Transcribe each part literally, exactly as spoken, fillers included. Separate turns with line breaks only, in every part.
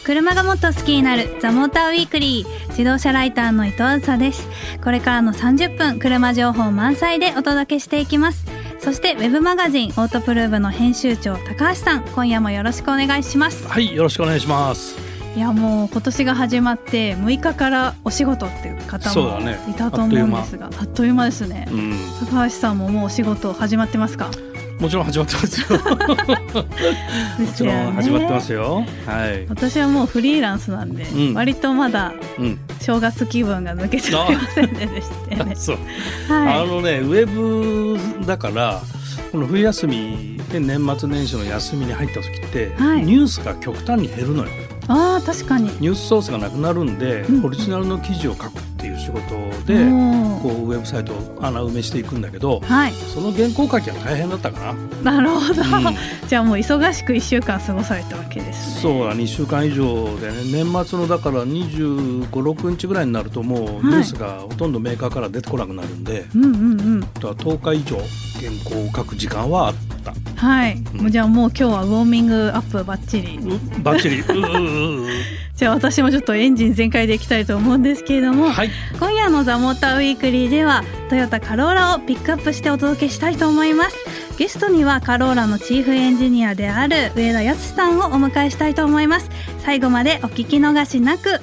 車がもっと好きになるザモーターウィークリー、自動車ライターの伊藤梓です。これからのさんじゅっぷん、車情報満載でお届けしていきます。そしてウェブマガジンオートプルーブの編集長高橋さん、今夜もよろしくお願いします。
はい、よろしくお願いします。
いや、もう今年が始まってむいかからお仕事っていう方もいたと思うんですが、あっという間ですね、うん、高橋さんももうお仕事始まってますか？
もちろん始まってますよもちろん始まってますよ、はい、
私はもうフリーランスなんで、うん、割とまだ正月気分が抜けておりませんでしたね
そう、はい、あのねウェブだからこの冬休みで年末年始の休みに入った時って、はい、ニュースが極端に減るのよ。
あー、確かに
ニュースソースがなくなるんで、うん、オリジナルの記事を書くっていう仕事でこうウェブサイトを穴埋めしていくんだけど、はい、その原稿書きは大変だったか
な。なるほど、うん、じゃあもう忙しくいっしゅうかん過ごされたわけですね。
そうだ、にしゅうかん以上でね、年末のだからにじゅうご、ろくにちぐらいになるともうニュースがほとんどメーカーから出てこなくなるんで、はい、うんうんうん、だからとおか以上原稿を書く時間はあった。
はい、うん、じゃあもう今日はウォーミングアップバッチリ
バッチリ
じゃあ私もちょっとエンジン全開でいきたいと思うんですけれども、はい、今夜のザモーターウィークリーではトヨタカローラをピックアップしてお届けしたいと思います。ゲストにはカローラのチーフエンジニアである上田康さんをお迎えしたいと思います。最後までお聞き逃しなく。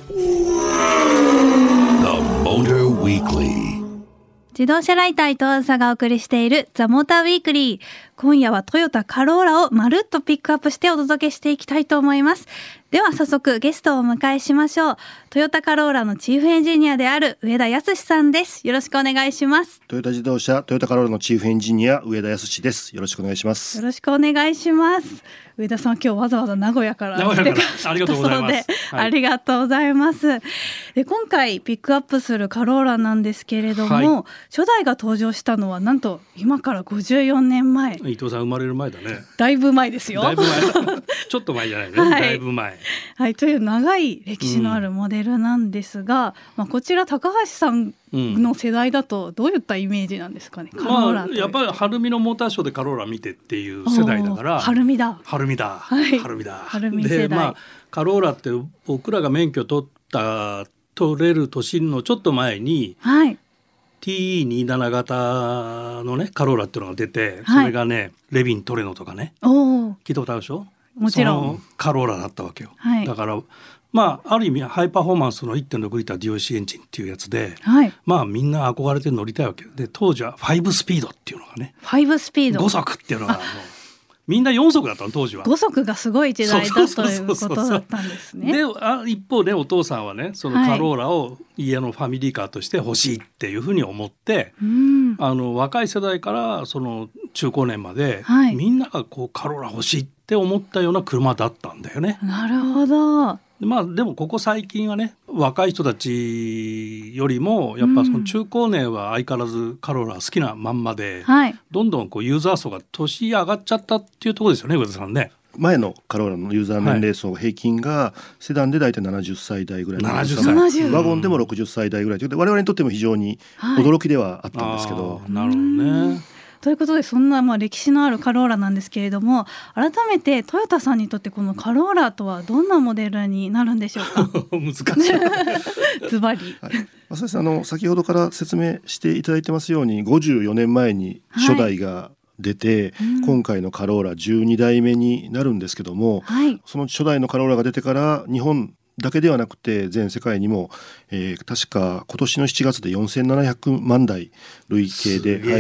自動車ライター伊藤梓がお送りしているザモーターウィークリー、今夜はトヨタカローラをまるっとピックアップしてお届けしていきたいと思います。では早速ゲストをお迎えしましょう。トヨタカローラのチーフエンジニアである上田康さんです。よろしくお願いします。
トヨタ自動車トヨタカローラのチーフエンジニア上田康です。よろしくお願いします。
よろしくお願いします。上田さん、今日わざわざ名古屋から来てくださったそうで、ありがとうございます。で、今回ピックアップするカローラなんですけれども、はい、初代が登場したのはなんと今からごじゅうよねんまえ。
伊藤さん生まれる前だね。
だいぶ前ですよ。
だいぶ前ちょっと前じゃないね、はい、だいぶ前、
はい、という長い歴史のあるモデルなんですが、うん、まあ、こちら高橋さんの世代だとどういったイメージなんですかね、カローラと、
まあ、やっぱり晴海のモーターショーでカローラ見てっていう世代だから、
晴海だ
晴海だ、
はい、
晴海だ
晴海世代
で、まあ、カローラって僕らが免許取った取れる年のちょっと前に、はい、ティーイーにじゅうなな 型のねカローラっていうのが出て、それがね、はい、レヴィントレノとかね、聞いたことあるでしょ。
もちろん
そのカローラだったわけよ、
はい、
だからまあある意味ハイパフォーマンスの いってんろく リッター ディーオーシー エンジンっていうやつで、はい、まあみんな憧れて乗りたいわけで、当時はごスピードっていうのがね、
ごスピード
ご速っていうのがもうみんなよん速だったの当時は。
ご速がすごい時代だということだったんですね。
で、あ一方でお父さんはね、そのカローラを家のファミリーカーとして欲しいっていうふうに思って、はい、あの若い世代からその中高年まで、はい、みんながこうカローラ欲しいって思ったような車だったんだよね。
なるほど。
まあ、でもここ最近はね、若い人たちよりもやっぱその中高年は相変わらずカローラ好きなまんまで、はい、どんどんこうユーザー層が年上がっちゃったっていうところですよね、上田さんね。
前のカローラのユーザー年齢層平均がセダンでだいたいななじゅっさい代ぐらい、
ななじゅっさい、
ワゴンでもろくじゅっさい代ぐらいということで、我々にとっても非常に驚きではあったんですけど、
はい、なるほどね。
ということで、そんなまあ歴史のあるカローラなんですけれども、改めてトヨタさんにとってこのカローラとはどんなモデルになるんでしょうか。
難しい
ズバリ、
はい、そうですね、あの先ほどから説明していただいてますようにごじゅうよねんまえに初代が出て、はい、うん、今回のカローラじゅうにだいめになるんですけども、はい、その初代のカローラが出てから日本だけではなくて全世界にも、えー、確か今年のしちがつでよんせんななひゃくまんだい累計で、はい、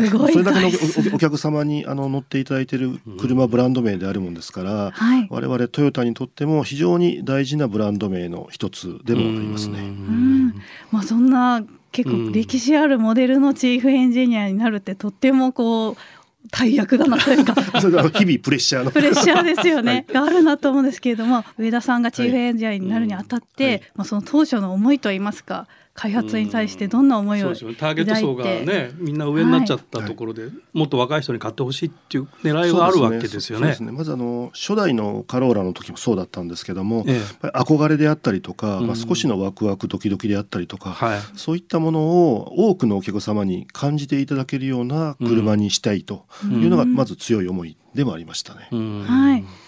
すごい、
それだけの お, お, お客様にあの乗っていただいている車ブランド名であるもんですから、はい、我々トヨタにとっても非常に大事なブランド名の一つでもありますね。うん、
まあ、そんな結構歴史あるモデルのチーフエンジニアになるってとってもこう大役だなというか
それ日々プレッシャーの
プレッシャーですよね、はい、があるなと思うんですけれども、上田さんがチーフエンジニアになるにあたって、はい、まあ、その当初の思いといいますか、開発に対してどんな思いを抱いて、
そうですよ、ターゲット層がねみんな上になっちゃったところで、はい、もっと若い人に買ってほしいっていう狙いがあるわけですよね。
そうですね、まずあの初代のカローラの時もそうだったんですけども、ええ、憧れであったりとか、まあ、少しのワクワクドキドキであったりとか、はい、そういったものを多くのお客様に感じていただけるような車にしたいというのがまず強い思いでもありましたね。
うん、はい、なる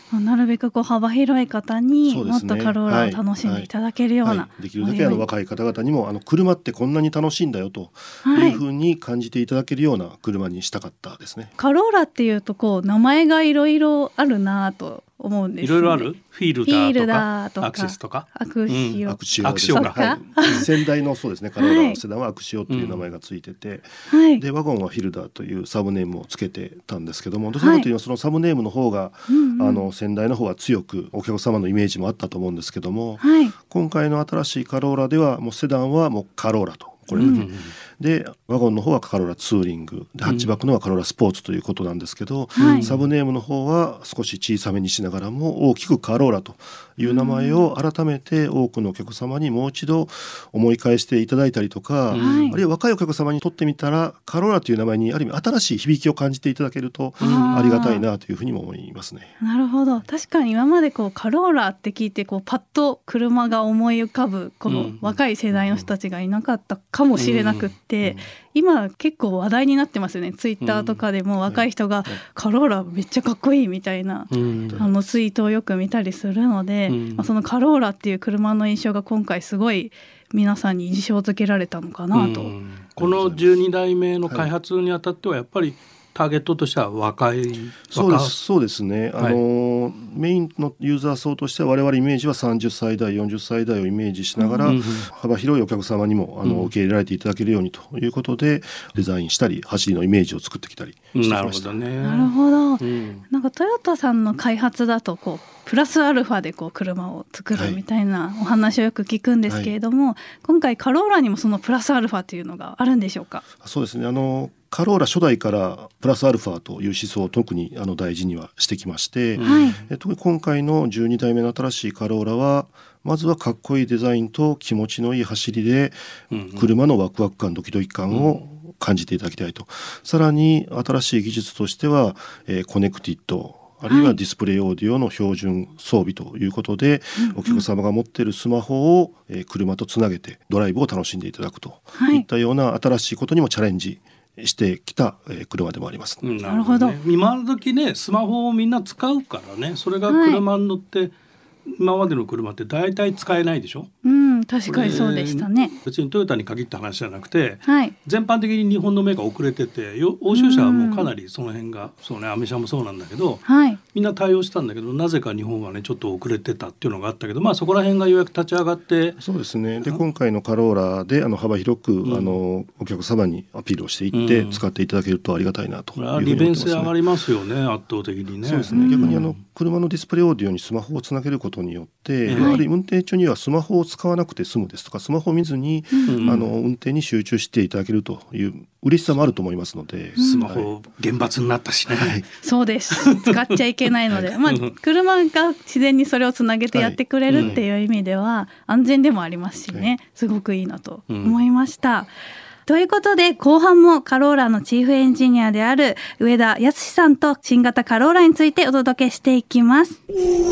るべくこう幅広い方にもっとカローラを楽しんでいただけるような、はいはい
はい、できるだけあの若い方々にもあの車ってこんなに楽しいんだよというふうに感じていただけるような車にしたかったですね、はい、
カローラっていうとこう名前がいろいろあるなと思うんですね。
いろいろあるフィールダーとかアクセスとか
アクシオ、うん、
アクシオですね、はい、先代のそうですねカローラのセダンはアクシオという名前がついてて、はい、でワゴンはフィルダーというサブネームをつけてたんですけども、どちらかというとそのサブネームの方が、はい、あの先代の方は強くお客様のイメージもあったと思うんですけども、はい、今回の新しいカローラではもうセダンはもうカローラとこれだけ、うん、でワゴンの方はカローラツーリングでハッチバックのはカローラスポーツということなんですけど、うん、サブネームの方は少し小さめにしながらも大きくカローラという名前を改めて多くのお客様にもう一度思い返していただいたりとか、うん、あるいは若いお客様にとってみたらカローラという名前にある意味新しい響きを感じていただけるとありがたいなというふうにも思いますね。
なるほど、確かに今までこうカローラって聞いてこうパッと車が思い浮かぶこの若い世代の人たちがいなかったかもしれなくって、うんうん、今結構話題になってますよね。ツイッターとかでも若い人がカローラめっちゃかっこいいみたいな、うん、あのツイートをよく見たりするので、うんまあ、そのカローラっていう車の印象が今回すごい皆さんに印象付けられたのかなと、うん、
このじゅうにだいめの開発にあたってはやっぱりターゲットとしては若い
そうですそうですね、はい、あのメインのユーザー層としては我々イメージはさんじゅっさい代よんじゅっさい代をイメージしながら、うん、幅広いお客様にもあの、うん、受け入れられていただけるようにということでデザインしたり走りのイメージを作ってきたりしてきました。
なるほどね。
なるほど、うん、なんかトヨタさんの開発だとこうプラスアルファでこう車を作るみたいなお話をよく聞くんですけれども、はい、今回カローラにもそのプラスアルファというのがあるんでしょうか。
そうですね、あのカローラ初代からプラスアルファという思想を特にあの大事にはしてきまして、はい、え特に今回のじゅうにだいめの新しいカローラはまずはかっこいいデザインと気持ちのいい走りで車のワクワク感ドキドキ感を感じていただきたいと、さらに新しい技術としては、えー、コネクティッドあるいはディスプレイオーディオの標準装備ということで、はい、お客様が持っているスマホを、えー、車とつなげてドライブを楽しんでいただくといったような新しいことにもチャレンジしてきた、えー、車でもあります、
ね、なるほど、ね、
今時ねスマホをみんな使うからね、それが車に乗って、はい、今までの車って大体使えないでしょ。
うん、確かにそうでしたね。
別にトヨタに限った話じゃなくて、はい、全般的に日本のメーカー遅れてて、欧州車はもうかなりその辺がそうね、アメ車もそうなんだけど、はい、みんな対応したんだけど、なぜか日本はねちょっと遅れてたっていうのがあったけど、まあそこら辺がようやく立ち上がって。
そうですね。で今回のカローラであの幅広く、うん、あのお客様にアピールをしていって、うん、使っていただけるとありがたいなというふうに思ってますね。
利便性上がりますよね、圧倒的にね。
そうですね。逆にあの車のディスプレイオーディオにスマホをつなげることによって、やはり運転中にはスマホを使わなくて済むですとか、スマホを見ずに、うん、あの運転に集中していただけるという嬉しさもあると思いますので、
スマホ厳罰になったしね、はい、
そうです使っちゃいけないので、はい、まあ、車が自然にそれをつなげてやってくれるっていう意味では安全でもありますしね、はい、すごくいいなと思いました、うん、ということで後半もカローラのチーフエンジニアである上田康さんと新型カローラについてお届けしていきます。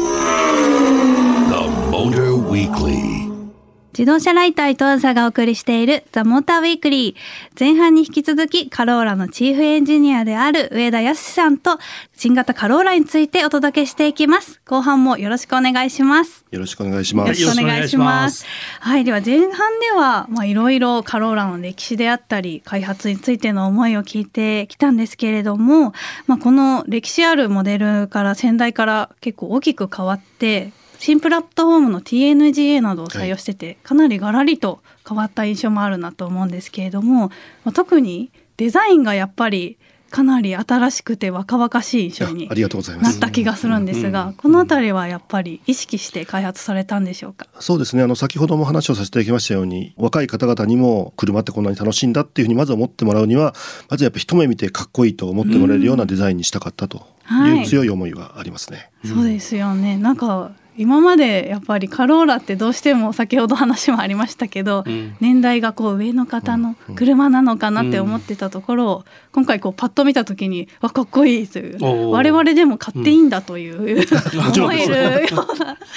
自動車ライター伊藤梓がお送りしているザ・モーターウィークリー。前半に引き続きカローラのチーフエンジニアである上田康さんと新型カローラについてお届けしていきます。後半もよろしくお願いします。
よろしくお願いします。
よろしくお願いします。はい、では前半ではまあいろいろカローラの歴史であったり開発についての思いを聞いてきたんですけれども、まあ、この歴史あるモデルから先代から結構大きく変わって新プラットフォームの ティーエヌジーエー などを採用してて、はい、かなりガラリと変わった印象もあるなと思うんですけれども、まあ、特にデザインがやっぱりかなり新しくて若々しい印象になった気がするんですが、このあたりはやっぱり意識して開発されたんでしょうか。
そうですね、あの先ほども話をさせていただきましたように、若い方々にも車ってこんなに楽しいんだっていうふうにまず思ってもらうには、まずやっぱ一目見てかっこいいと思ってもらえるようなデザインにしたかったという強い思いはありますね、
はい、そうですよね。なんか今までやっぱりカローラってどうしても先ほど話もありましたけど、うん、年代がこう上の方の車なのかなって思ってたところを、うん、今回こうパッと見た時にわかっこいいという、我々でも買っていいんだという、うん、思えるような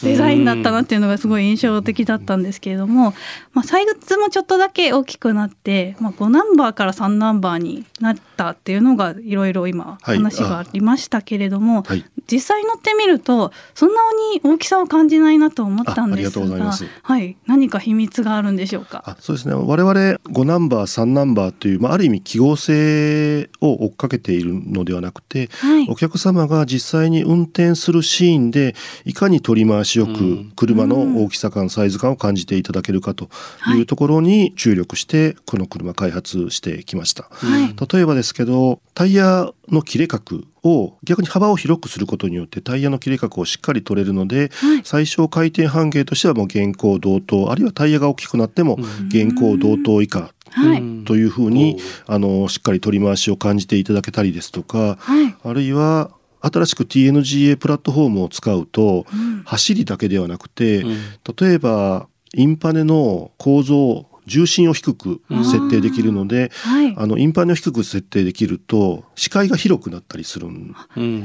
デザインだったなっていうのがすごい印象的だったんですけれども、まあ、サイズもちょっとだけ大きくなって、まあ、ごナンバーからさんナンバーになったっていうのがいろいろ今話がありましたけれども、はい、実際乗ってみるとそんなに大きさを感じないなと思ったんですが、ありがとうございます、はい、何か秘密があるんでしょうか。
あ、そうですね、我々ごナンバーさんナンバーという、まあ、ある意味記号性を追っかけているのではなくて、はい、お客様が実際に運転するシーンでいかに取り回しよく車の大きさ感、サイズ感を感じていただけるかというところに注力してこの車開発してきました、はい、例えばですけど、タイヤの切れ角を逆に幅を広くすることによってタイヤの切れ角をしっかり取れるので、はい、最小回転半径としてはもう現行同等、あるいはタイヤが大きくなっても現行同等以下というふうに、あのしっかり取り回しを感じていただけたりですとか、はい、あるいは新しく ティーエヌジーエー プラットフォームを使うと、うん、走りだけではなくて、うん、例えばインパネの構造、重心を低く設定できるので、はい、あのインパネを低く設定できると視界が広くなったりする、うん、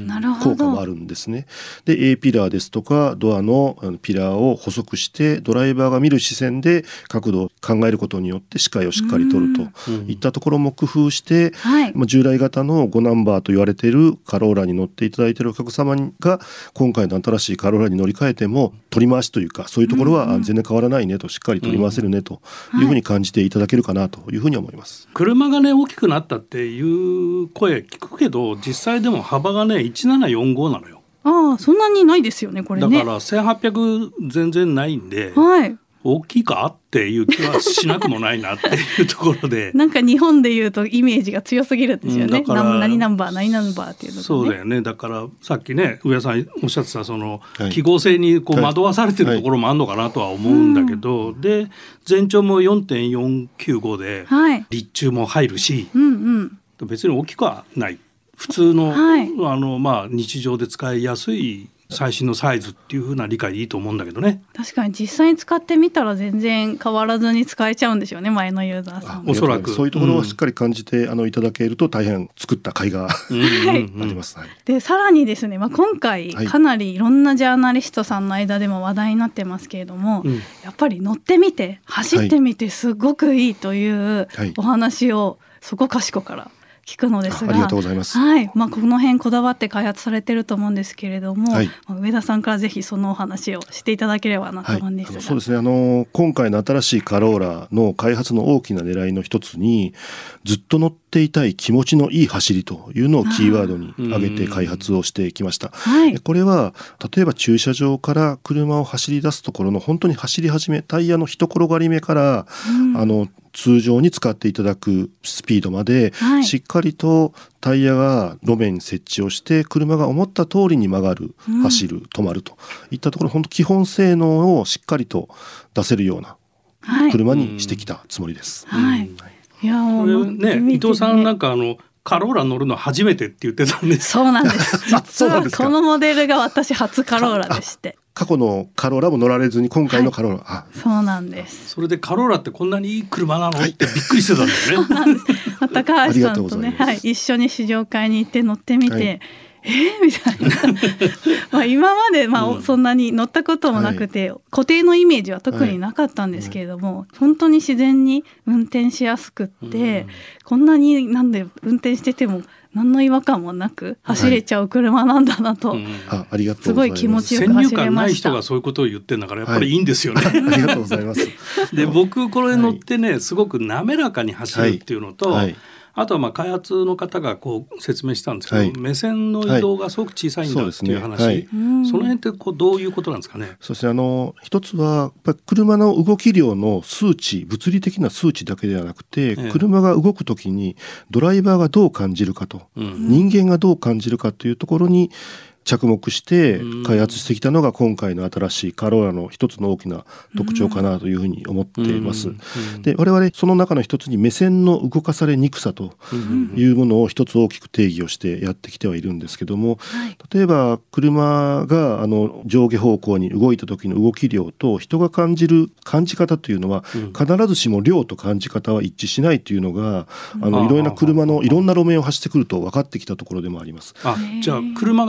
効果もあるんですね。で A ピラーですとかドアのピラーを細くしてドライバーが見る視線で角度を考えることによって視界をしっかり取るといったところも工夫して、はい、従来型のごナンバーと言われているカローラに乗っていただいているお客様が今回の新しいカローラに乗り換えても取り回しというかそういうところは全然変わらないねと、しっかり取り回せるねというふうに感じていただけるかなというふうに思います。
車がね大きくなったっていう声聞くけど、実際でも幅がねいちななよんごなのよ。
ああ、そんなにないですよねこれね。
だからせんはっぴゃく全然ないんで、はい、大きいかっていう気はしなくもないなっていうところで
なんか日本でいうとイメージが強すぎるんですよね、うん、何ナンバー何ナンバーっていうのが、ね、
そうだよね。だからさっきね上谷さんおっしゃってたその記号性にこう惑わされてるところもあるのかなとは思うんだけど、はいはい、で全長も よんてんよんきゅうご で、はい、立柱も入るし、うんうん、別に大きくはない、普通の、はい、あのまあ日常で使いやすい最新のサイズっていう風な理解でいいと思うんだけどね。
確かに実際に使ってみたら全然変わらずに使えちゃうんでしょうね、前のユーザーさん。
おそらくそういうところをしっかり感じて、うん、あのいただけると大変作った甲斐があります、はい、
でさらにですね、まあ、今回かなりいろんなジャーナリストさんの間でも話題になってますけれども、うん、やっぱり乗ってみて走ってみてすごくいいというお話をそこかしこから聞くのですが、
ありがとうございます。
はい、まあ、この辺こだわって開発されてると思うんですけれども、はい、上田さんからぜひそのお話をしていただければなと思うんですが、はい、
そうですね、あの今回の新しいカローラの開発の大きな狙いの一つにずっと乗っていたい気持ちのいい走りというのをキーワードに挙げて開発をしてきました。はい、これは例えば駐車場から車を走り出すところの本当に走り始め、タイヤの一転がり目から、うん、あの通常に使っていただくスピードまで、はい、しっかりとタイヤが路面に設置をして車が思った通りに曲がる、うん、走る、止まるといったところ、本当基本性能をしっかりと出せるような車にしてきたつもりです。
はいはい、いやもう
ね、ね、伊藤さんなんかあのカローラ乗るの初めてって言ってたんです。
そうなんです。実はこのモデルが私初カローラでして。
過去のカローラも乗られずに今回のカローラ、はい、あ、
そうなんです。
それでカローラってこんなにいい車なのってびっくりしてたんだよね。
そうなんです。高橋さんとね、はい、一緒に試乗会に行って乗ってみて、はい、えー、みたいなまあ今までまあ、うん、そんなに乗ったこともなくて、はい、固定のイメージは特になかったんですけれども、はい、本当に自然に運転しやすくって、うん、こんなになんで運転してても何の違和感もなく走れちゃう車なんだなと、はい、うん、
あありがとう
すごい気持ちよく走れました。
先入観ない人がそういうことを言ってるんだからやっぱりいいんですよね。
はい、ありがとうございます。
で僕これ乗ってね、すごく滑らかに走るっていうのと、はいはい、あとはまあ開発の方がこう説明したんですけど、はい、目線の移動がすごく小さいんだっていう話、はい、 そ, う、ね、はい、その辺ってこうどういうことなんですかね。
そうですね、あの一つはやっぱり車の動き量の数値、物理的な数値だけではなくて、ええ、車が動くときにドライバーがどう感じるかと、うん、人間がどう感じるかというところに着目して開発してきたのが今回の新しいカローラの一つの大きな特徴かなというふうに思っています。で、我々その中の一つに目線の動かされにくさというものを一つ大きく定義をしてやってきてはいるんですけども、例えば車があの上下方向に動いた時の動き量と人が感じる感じ方というのは必ずしも量と感じ方は一致しないというのが、あのいろいろな車のいろんな路面を走ってくると分かってきたところでもあります。
あ、じゃあ車がいっぱい動い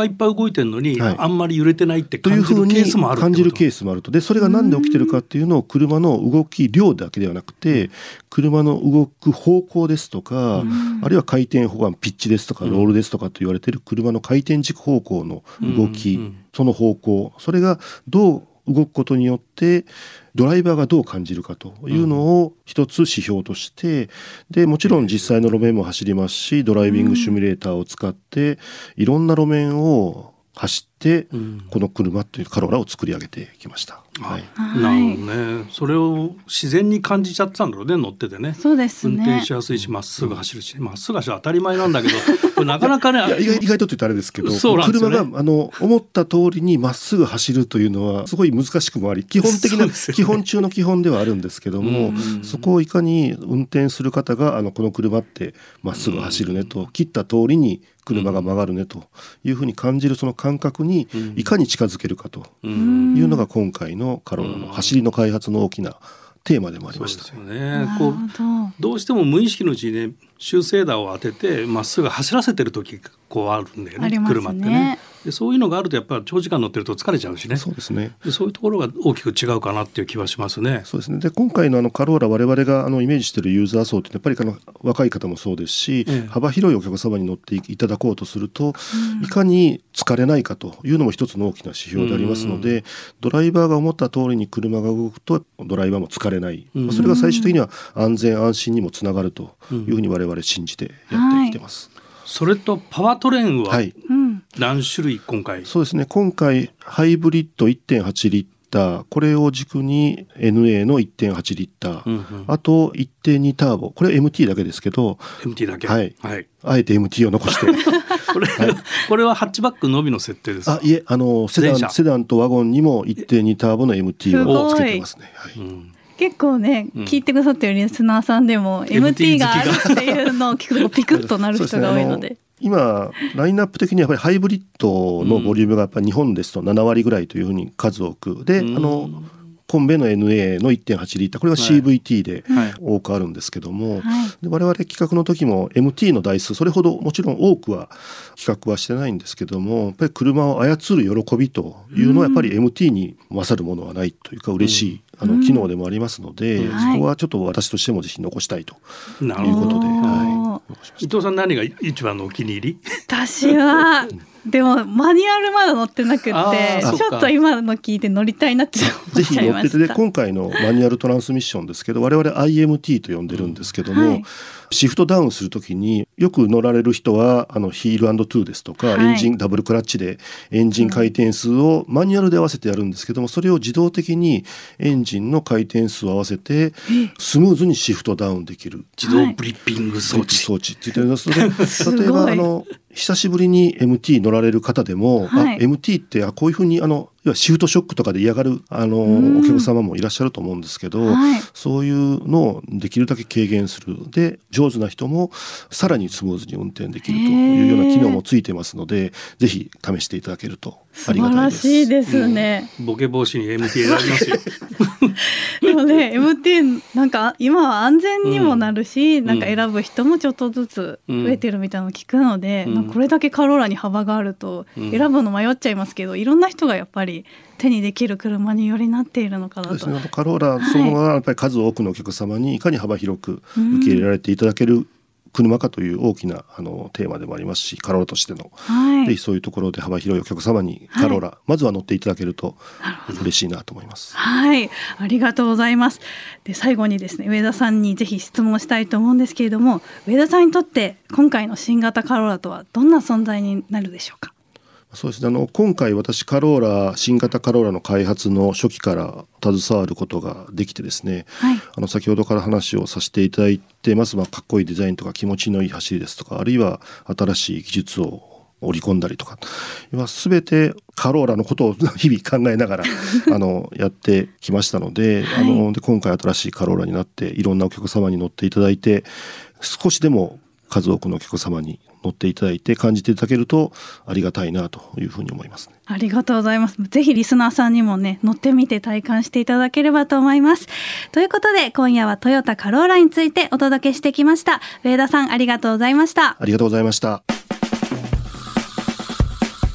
いてるのに、はい、あんまり揺れてないって感じるケースもあるってこと。
感じるケースもあると。でそれが何で起きてるかっていうのを車の動き量だけではなくて、車の動く方向ですとか、あるいは回転方向、ピッチですとかロールですとかと言われている車の回転軸方向の動き、その方向、それがどう動くことによってドライバーがどう感じるかというのを一つ指標として、でもちろん実際の路面も走りますし、ドライビングシミュレーターを使っていろんな路面を走ってこの車というカローラを作り上げてきました。
はい、なるほどね。それを自然に感じちゃってたんだろうね、乗っててね。
そうですね。
運転しやすいし、まっすぐ走るし、まっすぐ走る当たり前なんだけど、これなかなかね。
いや意外、意外とって言ったらあれですけど、
そうなんですよね、
車があの思った通りにまっすぐ走るというのはすごい難しくもあり、基本的な、ね、基本中の基本ではあるんですけども、そこをいかに運転する方があのこの車ってまっすぐ走るねと、切った通りに車が曲がるねというふうに感じるその感覚にいかに近づけるかというのが今回のカローラの走りの開発の大きなテーマでもありました。
そうですよね。こうどうしても無意識のうちにね、修正打を当ててまっすぐ走らせてる時がこうあるんだよ ね, ね車ってね。でそういうのがあるとやっぱり長時間乗ってると疲れちゃうしね。
そうですね。
でそういうところが大きく違うかなっていう気はしますね。
そうですね。で今回のあのカローラ、我々があのイメージしているユーザー層ってやっぱりあの若い方もそうですし、ええ、幅広いお客様に乗っていただこうとすると、うん、いかに疲れないかというのも一つの大きな指標でありますので、うん、ドライバーが思った通りに車が動くとドライバーも疲れない、うん、それが最終的には安全安心にもつながるというふうに我々信じてやってきてます。
はい、それとパワートレーンは何種類今回、はい、
そうですね。今回ハイブリッド いってんはち リッター、これを軸に エヌエー の いってんはち リッター、うんうん、あと いってんに ターボ、これ エムティー だけですけど
エムティー だけ、
はい、はい、あえて エムティー を残して
これ、はい、これはハッチバックのみの設定ですか。
あいえ、あのセダン、セダンとワゴンにも いってんに ターボの エムティー をつけてますね。はい、うん、
結構ね、うん、聞いてくださってるリスナーさんでも エムティー があるっていうのを聞くとピクッとなる人が多いので
今ラインナップ的にはやっぱりハイブリッドのボリュームがやっぱり日本ですとななわりぐらいというふうに数多くで、うん、あのコンベの エヌエー の いってんはち リッター、これが シーブイティー で多くあるんですけども、はいはい、で我々企画の時も エムティー の台数それほどもちろん多くは企画はしてないんですけども、やっぱり車を操る喜びというのはやっぱり エムティー に勝るものはないというか嬉しい、うん、あの機能でもありますので、うん、そこはちょっと私としてもぜひ残したいということで、はい、
伊藤さん何が一番のお気に入り？
私はでもマニュアルまだ乗ってなくってちょっと今の聞いて乗りたいなって思っちゃいました。ぜひ乗ってて、
で今回のマニュアルトランスミッションですけど、我々 アイエムティー と呼んでるんですけども、うんはい、シフトダウンするときによく乗られる人はあのヒール&トゥーですとか、はい、エンジンダブルクラッチでエンジン回転数をマニュアルで合わせてやるんですけども、それを自動的にエンジンの回転数を合わせてスムーズにシフトダウンできる
自動ブリッピング装置、
装置って言ってますので例えばあの久しぶりに エムティー 乗られる方でも、はい、あ エムティー ってあこういうふうにあの要はシフトショックとかで嫌がるあのお客様もいらっしゃると思うんですけど、はい、そういうのをできるだけ軽減するで上手な人もさらにスムーズに運転できるというような機能もついてますので、ぜひ試していただけるとありがたいです。
素晴らしいですね、
うん、ボケ防止に エムティー 選びますよ
でもね エムティー なんか今は安全にもなるし、うん、なんか選ぶ人もちょっとずつ増えてるみたいなの聞くので、うん、これだけカローラに幅があると選ぶの迷っちゃいますけど、いろんな人がやっぱり手にできる車によりなっているのかなと。
そうですね、カローラそのままやっぱり数多くのお客様にいかに幅広く受け入れられていただける車かという大きなあのテーマでもありますし、カローラとしての、はい、ぜひそういうところで幅広いお客様にカローラ、はい、まずは乗っていただけると嬉しいなと思います。
はい、ありがとうございます。で最後にですね、上田さんにぜひ質問したいと思うんですけれども、上田さんにとって今回の新型カローラとはどんな存在になるでしょうか？
そうですね、あの今回私カローラ新型カローラの開発の初期から携わることができてですね、はい、あの先ほどから話をさせていただいてます、まあ、かっこいいデザインとか気持ちのいい走りですとか、あるいは新しい技術を織り込んだりとか、全てカローラのことを日々考えながらあのやってきましたので、はい、あので今回新しいカローラになっていろんなお客様に乗っていただいて、少しでも数多くのお客様に乗っていただいて感じていただけるとありがたいなというふうに思いますね。
ありがとうございます。ぜひリスナーさんにもね乗ってみて体感していただければと思います。ということで今夜はトヨタカローラについてお届けしてきました。上田さんありがとうございました。
ありがとうございました。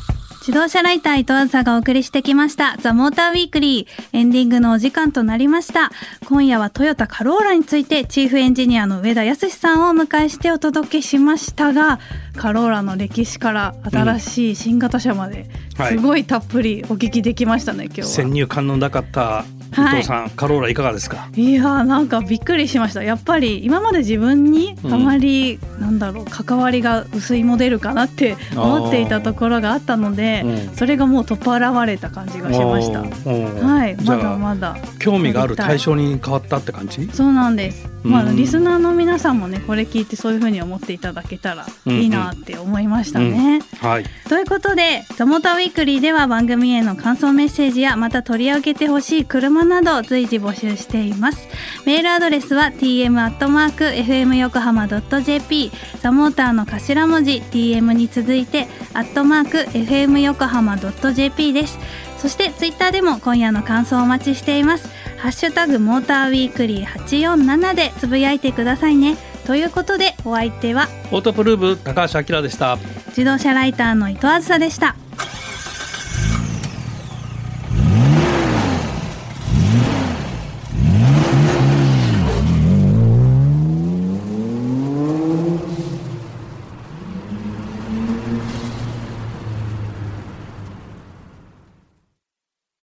自動車ライター伊藤あずさがお送りしてきましたザ・モーターウィークリー、エンディングのお時間となりました。今夜はトヨタカローラについてチーフエンジニアの上田康さんをお迎えしてお届けしましたが、カローラの歴史から新しい新型車まで、うん、すごいたっぷりお聞きできましたね、今日は。
先入観のなかった伊藤さん、はい、カローラいかがですか？
いやなんかびっくりしました。やっぱり今まで自分にあまり、うん、なんだろう関わりが薄いモデルかなって思っていたところがあったので、うん、それがもう取っ払れた感じがしました。はい、まだまだ
興味がある対象に変わったって感じ？
そうなんです。まあ、リスナーの皆さんもねこれ聞いてそういう風に思っていただけたらいいなって思いましたね、うんうんはい、ということでザ・モーターウィークリーでは番組への感想メッセージやまた取り上げてほしい車など随時募集しています。メールアドレスは ティーエム アットマーク エフエム 横浜 ドット ジェーピー ザ・モーターの頭文字 ティーエム に続いてアットマーク エフエム 横浜 ドット ジェーピー です。そしてツイッターでも今夜の感想をお待ちしています。ハッシュタグモーターウィークリーはちよんななでつぶやいてくださいね。ということでお相手は
オートプルーブ高橋明でした。
自動車ライターの伊藤あずさでした。